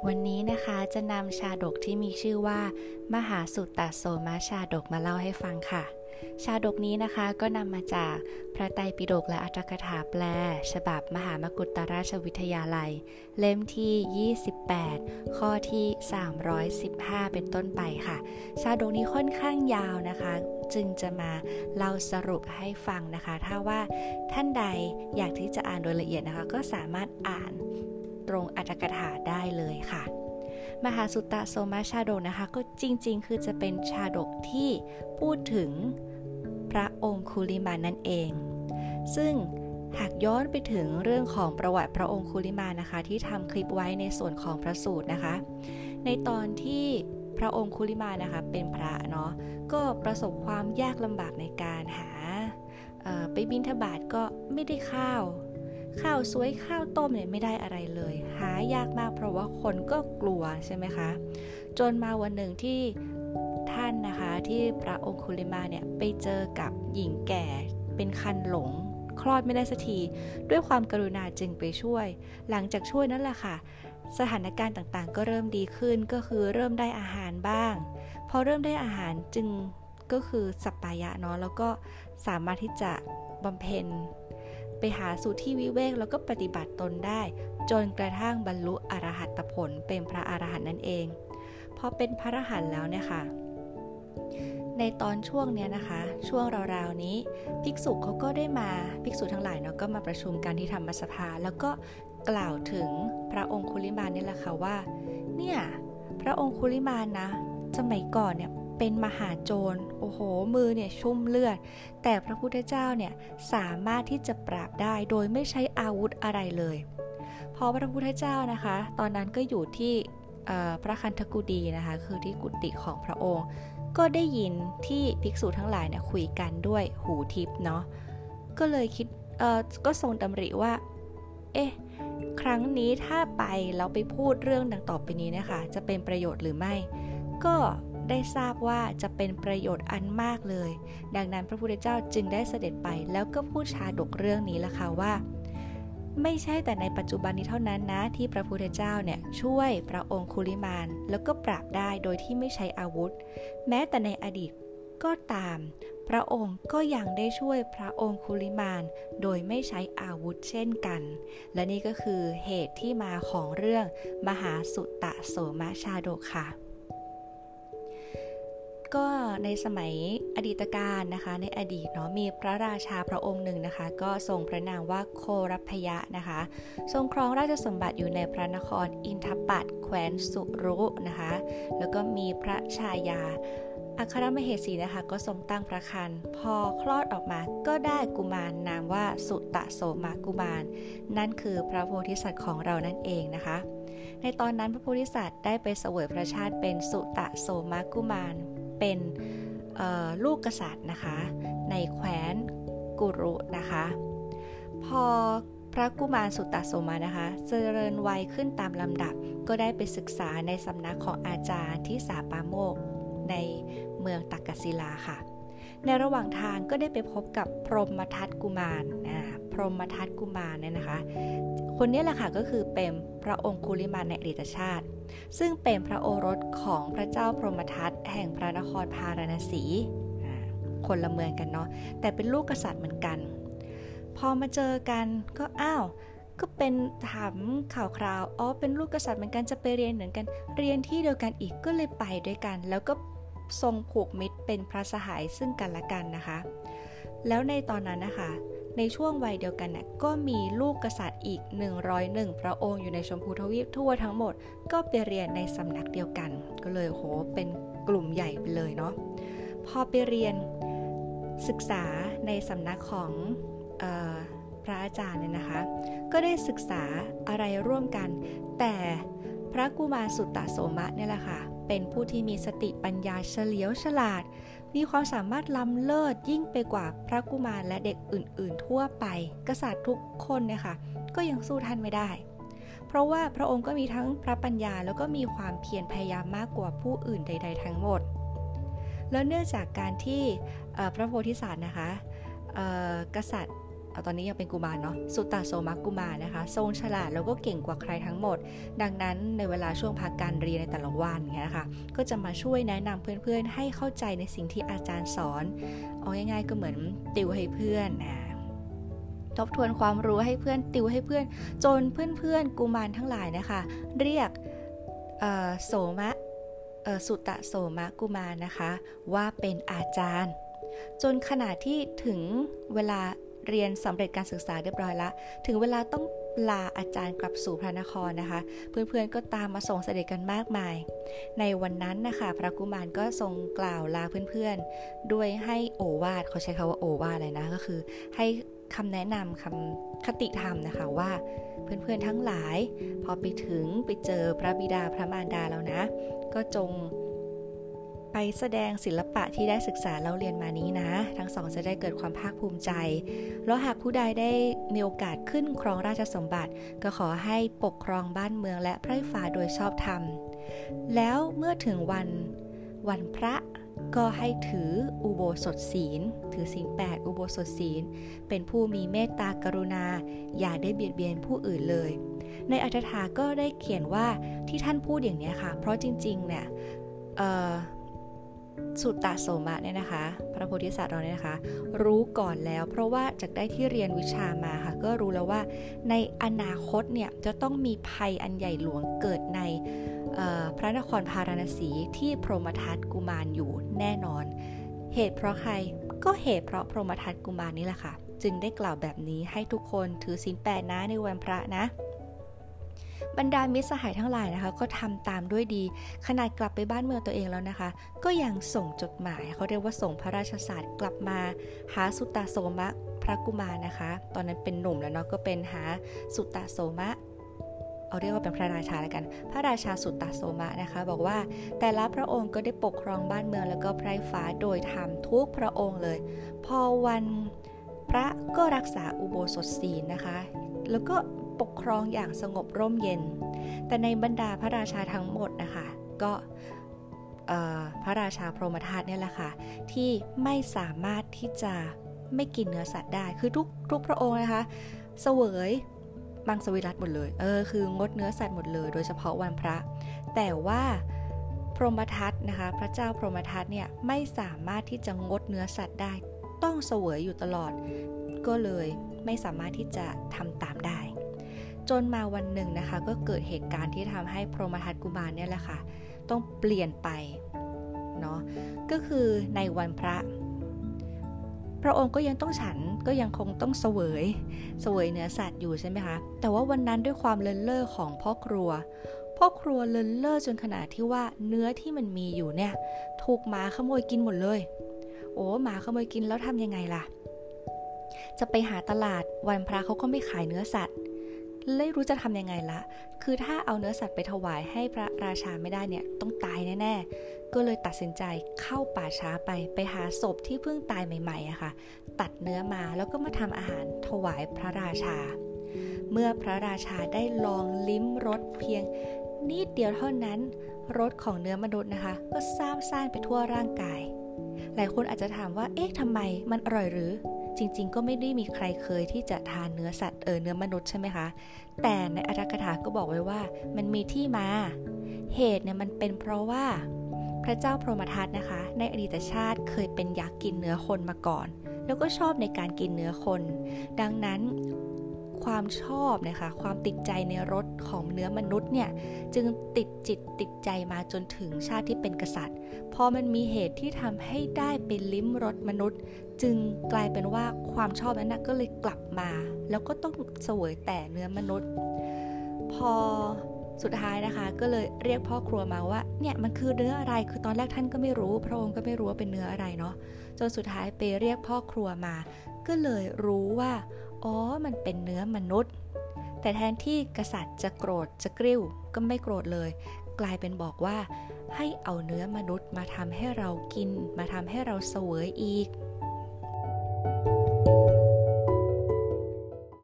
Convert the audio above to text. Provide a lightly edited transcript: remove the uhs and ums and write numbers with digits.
วันนี้นะคะจะนำชาดกที่มีชื่อว่ามหาสุตตโสมชาดกมาเล่าให้ฟังค่ะชาดกนี้นะคะก็นำมาจากพระไตรปิฎกและอรรถกถาแปลฉบับมหามกุฏราชวิทยาลัยเล่มที่28ข้อที่315เป็นต้นไปค่ะชาดกนี้ค่อนข้างยาวนะคะจึงจะมาเล่าสรุปให้ฟังนะคะถ้าว่าท่านใดอยากที่จะอ่านโดยละเอียดนะคะก็สามารถอ่านตรงอรรถกถาได้เลยค่ะมหาสุตตโสมชาดกนะคะก็จริงๆคือจะเป็นชาดกที่พูดถึงพระองคุลิมานนั่นเองซึ่งหากย้อนไปถึงเรื่องของประวัติพระองคุลิมานนะคะที่ทำคลิปไว้ในส่วนของพระสูตรนะคะในตอนที่พระองคุลิมานนะคะเป็นพระเนาะก็ประสบความยากลำบากในการหาไปบิณฑบาตก็ไม่ได้ข้าวสวยข้าวต้มเนี่ยไม่ได้อะไรเลยหายากมากเพราะว่าคนก็กลัวใช่ไหมคะจนมาวันหนึ่งที่ท่านนะคะที่พระองคุลิมานเนี่ยไปเจอกับหญิงแก่เป็นคันหลงคลอดไม่ได้สักทีด้วยความกรุณาจึงไปช่วยหลังจากช่วยนั่นแหละค่ะสถานการณ์ต่างๆก็เริ่มดีขึ้นก็คือเริ่มได้อาหารบ้างพอเริ่มได้อาหารจึงก็คือสัปปายะเนาะแล้วก็สามารถที่จะบำเพ็ญไปหาสู่ที่วิเวกแล้วก็ปฏิบัติตนได้จนกระทั่งบรรลุอรหัตผลเป็นพระอรหันต์นั่นเองพอเป็นพระอรหันต์แล้วเนี่ยค่ะในตอนช่วงเนี้ยนะคะช่วงราวๆนี้ภิกษุเขาก็ได้มาภิกษุทั้งหลายเนาะก็มาประชุมกันที่ธรรมสภาแล้วก็กล่าวถึงพระองคุลิมานนี่แหละค่ะว่าเนี่ยพระองคุลิมานนะสมัยก่อนเนี่ยเป็นมหาโจรโอ้โหมือเนี่ยชุ่มเลือดแต่พระพุทธเจ้าเนี่ยสามารถที่จะปราบได้โดยไม่ใช้อาวุธอะไรเลยพอพระพุทธเจ้านะคะตอนนั้นก็อยู่ที่พระคันธกุฎีนะคะคือที่กุฏิของพระองค์ก็ได้ยินที่ภิกษุทั้งหลายเนี่ยคุยกันด้วยหูทิพย์เนาะก็เลยคิดก็ทรงดำริว่าครั้งนี้ถ้าไปแล้วไปพูดเรื่องดังต่อไปนี้นะคะจะเป็นประโยชน์หรือไม่ก็ได้ทราบว่าจะเป็นประโยชน์อันมากเลยดังนั้นพระพุทธเจ้าจึงได้เสด็จไปแล้วก็พูดชาดกเรื่องนี้ละค่ะว่าไม่ใช่แต่ในปัจจุบันนี้เท่านั้นนะที่พระพุทธเจ้าเนี่ยช่วยพระองคุลิมานแล้วก็ปราบได้โดยที่ไม่ใช้อาวุธแม้แต่ในอดีตก็ตามพระองค์ก็ยังได้ช่วยพระองคุลิมานโดยไม่ใช้อาวุธเช่นกันและนี่ก็คือเหตุที่มาของเรื่องมหาสุตตโสมชาดกค่ะก็ในสมัยอดีตการนะคะในอดีตเนาะมีพระราชาพระองค์หนึ่งนะคะก็ทรงพระนามว่าโครัพพยะนะคะทรงครองราชสมบัติอยู่ในพระนครอินทปัตแคว้นสุรุนะคะแล้วก็มีพระชายาอัครมเหสีนะคะก็ทรงตั้งพระครรภ์พอคลอดออกมาก็ได้กุมารนามว่าสุตตโสมกุมารนั่นคือพระโพธิสัตว์ของเรานั่นเองนะคะในตอนนั้นพระโพธิสัตว์ได้ไปเสวยพระชาติเป็นสุตตโสมกุมารเป็นลูกกษัตริย์นะคะในแคว้นกุรุนะคะพอพระกุมารสุตตโสมนะคะเจริญวัยขึ้นตามลำดับก็ได้ไปศึกษาในสำนักของอาจารย์ที่สาปาโมกในเมืองตักกศิลาค่ะในระหว่างทางก็ได้ไปพบกับพรหมทัตกุมารพรหมทัตกุมารเนี่ยนะคะคนนี้แหละค่ะก็คือเป็นพระองคุลิมานในอดีตชาติซึ่งเป็นพระโอรสของพระเจ้าพรหมทัตแห่งพระนครพาราณสีคนละเมืองกันเนาะแต่เป็นลูกกษัตริย์เหมือนกันพอมาเจอกันก็ก็เป็นถามข่าวคราวเป็นลูกกษัตริย์เหมือนกันจะไปเรียนเหมือนกันเรียนที่เดียวกันอีกก็เลยไปด้วยกันแล้วก็ทรงผูกมิตรเป็นพระสหายซึ่งกันและกันนะคะแล้วในตอนนั้นนะคะในช่วงวัยเดียวกันเนี่ยก็มีลูกกษัตริย์อีก101พระองค์อยู่ในชมพูทวีปทั่วทั้งหมดก็ไปเรียนในสำนักเดียวกันก็เลยเป็นกลุ่มใหญ่ไปเลยเนาะพอไปเรียนศึกษาในสำนักของพระอาจารย์เนี่ยนะคะก็ได้ศึกษาอะไรร่วมกันแต่พระกุมารสุตตโสมะเนี่ยแหละค่ะเป็นผู้ที่มีสติปัญญาเฉลียวฉลาดมีความสามารถล้ำเลิศยิ่งไปกว่าพระกุมารและเด็กอื่นๆทั่วไปกษัตริย์ทุกคนเนี่ยค่ะก็ยังสู้ท่านไม่ได้เพราะว่าพระองค์ก็มีทั้งพระปัญญาแล้วก็มีความเพียรพยายามมากกว่าผู้อื่นใดๆทั้งหมดแล้วเนื่องจากการที่พระโพธิสัตว์นะคะกษัตริย์ตอนนี้ยังเป็นกุมารเนาะสุตตโสมกุมารนะคะทรงฉลาดแล้วก็เก่งกว่าใครทั้งหมดดังนั้นในเวลาช่วงพักการเรียนในแต่ละวันเงี้ยค่ะก็จะมาช่วยแนะนำเพื่อนๆให้เข้าใจในสิ่งที่อาจารย์สอนเอาง่ายๆก็เหมือนติวให้เพื่อนทบทวนความรู้ให้เพื่อนติวให้เพื่อนจนเพื่อนๆกุมารทั้งหลายนะคะเรียกโสมะสุตตโสมกุมารนะคะว่าเป็นอาจารย์จนขณะที่ถึงเวลาเรียนสำเร็จการศึกษาเรียบร้อยแล้วถึงเวลาต้องลาอาจารย์กลับสู่พระนครนะคะเพื่อนๆก็ตามมาส่งเสด็จกันมากมายในวันนั้นนะคะพระกุมารก็ทรงกล่าวลาเพื่อนๆด้วยให้โอวาทเขาใช้คำว่าโอวาทเลยนะก็คือให้คำแนะนำคำคติธรรมนะคะว่าเพื่อนๆทั้งหลายพอไปเจอพระบิดาพระมารดาแล้วนะก็จงไปแสดงศิลปะที่ได้ศึกษาแล้วเรียนมานี้นะทั้งสองจะได้เกิดความภาคภูมิใจแล้วหากผู้ใดได้มีโอกาสขึ้นครองราชสมบัติก็ขอให้ปกครองบ้านเมืองและไพร่ฟ้าโดยชอบธรรมแล้วเมื่อถึงวันพระก็ให้ถืออุโบสถศีลถือศีล8อุโบสถศีลเป็นผู้มีเมตตากรุณาอย่าได้เบียดเบียนผู้อื่นเลยในอรรถถาก็ได้เขียนว่าที่ท่านพูดอย่างนี้ค่ะเพราะจริงๆเนี่ยสุตตโสมะเนี่ยนะคะพระโพธิสัตว์เราเนี่ยนะคะรู้ก่อนแล้วเพราะว่าจากได้ที่เรียนวิชามาค่ะก็รู้แล้วว่าในอนาคตเนี่ยจะต้องมีภัยอันใหญ่หลวงเกิดในพระนครพาราณสีที่พรหมทัตกุมารอยู่แน่นอนเหตุเพราะใครก็เหตุเพราะพรหมทัตกุมารนี่แหละค่ะจึงได้กล่าวแบบนี้ให้ทุกคนถือศีล8นะในวันพระนะบรรดามิตรสหายทั้งหลายนะคะก็ทำตามด้วยดีขนาดกลับไปบ้านเมืองตัวเองแล้วนะคะก็ยังส่งจดหมายเขาเรียกว่าส่งพระราชสารกลับมาหาสุตตโสมะพระกุมารนะคะตอนนั้นเป็นหนุ่มแล้วเนาะก็เป็นหาสุตตโสมะเอาเรียกว่าเป็นพระราชาแล้วกันพระราชาสุตตโสมะนะคะบอกว่าแต่ละพระองค์ก็ได้ปกครองบ้านเมืองแล้วก็ไพร่ฟ้าโดยธรรมทุกพระองค์เลยพอวันพระก็รักษาอุโบสถศีลนะคะแล้วก็ปกครองอย่างสงบร่มเย็นแต่ในบรรดาพระราชาทั้งหมดนะคะก็พระราชาพรหมทัตเนี่ยแหละค่ะที่ไม่สามารถที่จะไม่กินเนื้อสัตว์ได้คือทุกพระองค์นะคะเสวยมังสวิรัติหมดเลยคืองดเนื้อสัตว์หมดเลยโดยเฉพาะวันพระแต่ว่าพรหมทัตนะคะพระเจ้าพรหมทัตเนี่ยไม่สามารถที่จะงดเนื้อสัตว์ได้ต้องเสวยอยู่ตลอดก็เลยไม่สามารถที่จะทำตามได้จนมาวันหนึ่งนะคะก็เกิดเหตุการณ์ที่ทำให้พรหมทัตกุมารเนี่ยแหละค่ะต้องเปลี่ยนไปเนาะก็คือในวันพระองค์ก็ยังต้องฉันก็ยังคงต้องเสวยเนื้อสัตว์อยู่ใช่ไหมคะแต่ว่าวันนั้นด้วยความเลินเล่อของพ่อครัวเลินเล่อจนขนาดที่ว่าเนื้อที่มันมีอยู่เนี่ยถูกหมาขโมยกินหมดเลยโอ้หมาขโมยกินแล้วทำยังไงล่ะจะไปหาตลาดวันพระเขาก็ไม่ขายเนื้อสัตว์เลยรู้จะทำยังไงละคือถ้าเอาเนื้อสัตว์ไปถวายให้พระราชาไม่ได้เนี่ยต้องตายแน่ๆก็เลยตัดสินใจเข้าป่าช้าไปหาศพที่เพิ่งตายใหม่ๆอะค่ะตัดเนื้อมาแล้วก็มาทำอาหารถวายพระราชาเมื่อพระราชาได้ลองลิ้มรสเพียงนิดเดียวเท่านั้นรสของเนื้อมนุษย์นะคะก็ซ่านไปทั่วร่างกายหลายคนอาจจะถามว่าเอ๊ะทำไมมันอร่อยหรือจริงๆก็ไม่ได้มีใครเคยที่จะทานเนื้อสัตว์เนื้อมนุษย์ใช่ไหมคะแต่ในอรรถกถาก็บอกไว้ว่ามันมีที่มาเหตุเนี่ยมันเป็นเพราะว่าพระเจ้าพรหมทัตนะคะในอดีตชาติเคยเป็นยักษ์กินเนื้อคนมาก่อนแล้วก็ชอบในการกินเนื้อคนดังนั้นความชอบนะคะความติดใจในรสของเนื้อมนุษย์เนี่ยจึงติดจิตติดใจมาจนถึงชาติที่เป็นกษัตริย์พอมันมีเหตุที่ทำให้ได้เป็นลิ้มรสมนุษย์จึงกลายเป็นว่าความชอบนั้นก็เลยกลับมาแล้วก็ต้องเสวยแต่เนื้อมนุษย์พอสุดท้ายนะคะก็เลยเรียกพ่อครัวมาว่าเนี่ยมันคือเนื้ออะไรคือตอนแรกท่านก็ไม่รู้พระองค์ก็ไม่รู้ว่าเป็นเนื้ออะไรเนาะจนสุดท้ายไปเรียกพ่อครัวมาก็เลยรู้ว่าอ๋อมันเป็นเนื้อมนุษย์แต่แทนที่กษัตริย์จะโกรธจะกริ้วก็ไม่โกรธเลยกลายเป็นบอกว่าให้เอาเนื้อมนุษย์มาทำให้เรากินมาทำให้เราเสวยอีก